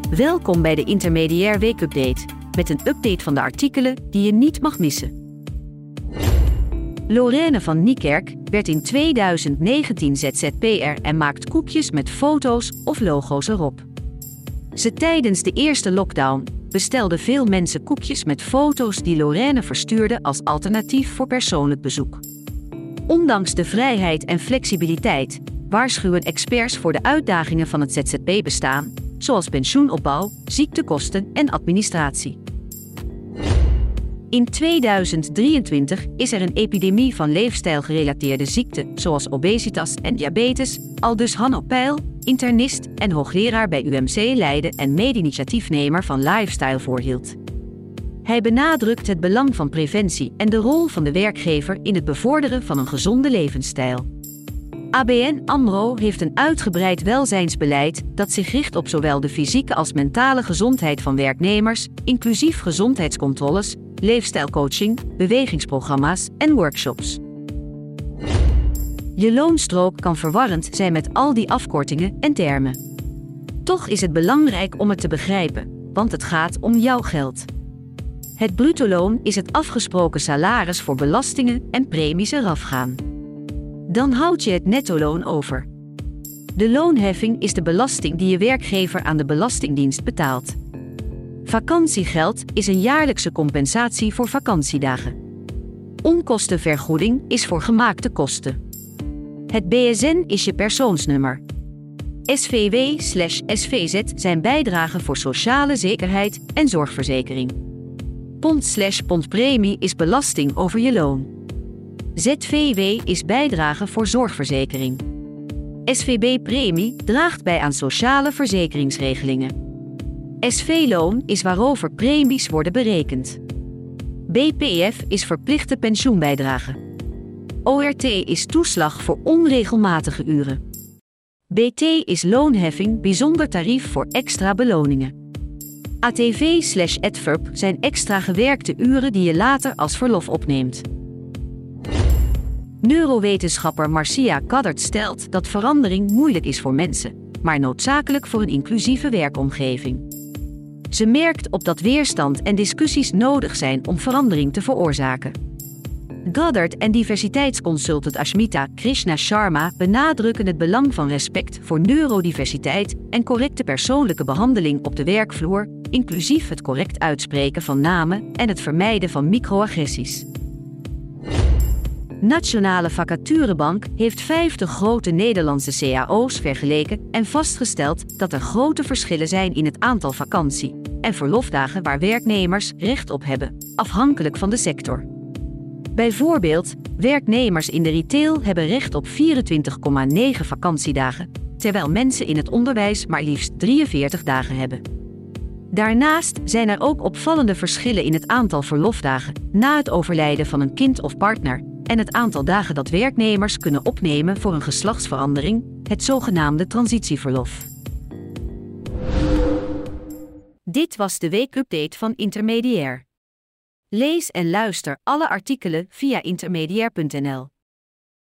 Welkom bij de Intermediair Weekupdate, met een update van de artikelen die je niet mag missen. Lorraine van Niekerk werd in 2019 ZZP'er en maakt koekjes met foto's of logo's erop. Tijdens de eerste lockdown bestelden veel mensen koekjes met foto's die Lorraine verstuurde als alternatief voor persoonlijk bezoek. Ondanks de vrijheid en flexibiliteit waarschuwen experts voor de uitdagingen van het ZZP-bestaan, zoals pensioenopbouw, ziektekosten en administratie. In 2023 is er een epidemie van leefstijlgerelateerde ziekten, zoals obesitas en diabetes, aldus Hanno Peil, internist en hoogleraar bij UMC Leiden en mede-initiatiefnemer van Lifestyle voorhield. Hij benadrukt het belang van preventie en de rol van de werkgever in het bevorderen van een gezonde levensstijl. ABN AMRO heeft een uitgebreid welzijnsbeleid dat zich richt op zowel de fysieke als mentale gezondheid van werknemers, inclusief gezondheidscontroles, leefstijlcoaching, bewegingsprogramma's en workshops. Je loonstrook kan verwarrend zijn met al die afkortingen en termen. Toch is het belangrijk om het te begrijpen, want het gaat om jouw geld. Het bruto-loon is het afgesproken salaris voor belastingen en premies eraf gaan. Dan houd je het nettoloon over. De loonheffing is de belasting die je werkgever aan de Belastingdienst betaalt. Vakantiegeld is een jaarlijkse compensatie voor vakantiedagen. Onkostenvergoeding is voor gemaakte kosten. Het BSN is je persoonsnummer. SVW/SVZ zijn bijdragen voor sociale zekerheid en zorgverzekering. Pond/pondpremie is belasting over je loon. ZVW is bijdrage voor zorgverzekering. SVB-premie draagt bij aan sociale verzekeringsregelingen. SV-loon is waarover premies worden berekend. BPF is verplichte pensioenbijdrage. ORT is toeslag voor onregelmatige uren. BT is loonheffing bijzonder tarief voor extra beloningen. ATV/adverb zijn extra gewerkte uren die je later als verlof opneemt. Neurowetenschapper Marcia Caddert stelt dat verandering moeilijk is voor mensen, maar noodzakelijk voor een inclusieve werkomgeving. Ze merkt op dat weerstand en discussies nodig zijn om verandering te veroorzaken. Caddert en diversiteitsconsultant Ashmita Krishna Sharma benadrukken het belang van respect voor neurodiversiteit en correcte persoonlijke behandeling op de werkvloer, inclusief het correct uitspreken van namen en het vermijden van microagressies. Nationale Vacaturebank heeft 50 grote Nederlandse cao's vergeleken en vastgesteld dat er grote verschillen zijn in het aantal vakantie- en verlofdagen waar werknemers recht op hebben, afhankelijk van de sector. Bijvoorbeeld, werknemers in de retail hebben recht op 24,9 vakantiedagen, terwijl mensen in het onderwijs maar liefst 43 dagen hebben. Daarnaast zijn er ook opvallende verschillen in het aantal verlofdagen na het overlijden van een kind of partner en het aantal dagen dat werknemers kunnen opnemen voor een geslachtsverandering, het zogenaamde transitieverlof. Dit was de weekupdate van Intermediair. Lees en luister alle artikelen via intermediair.nl.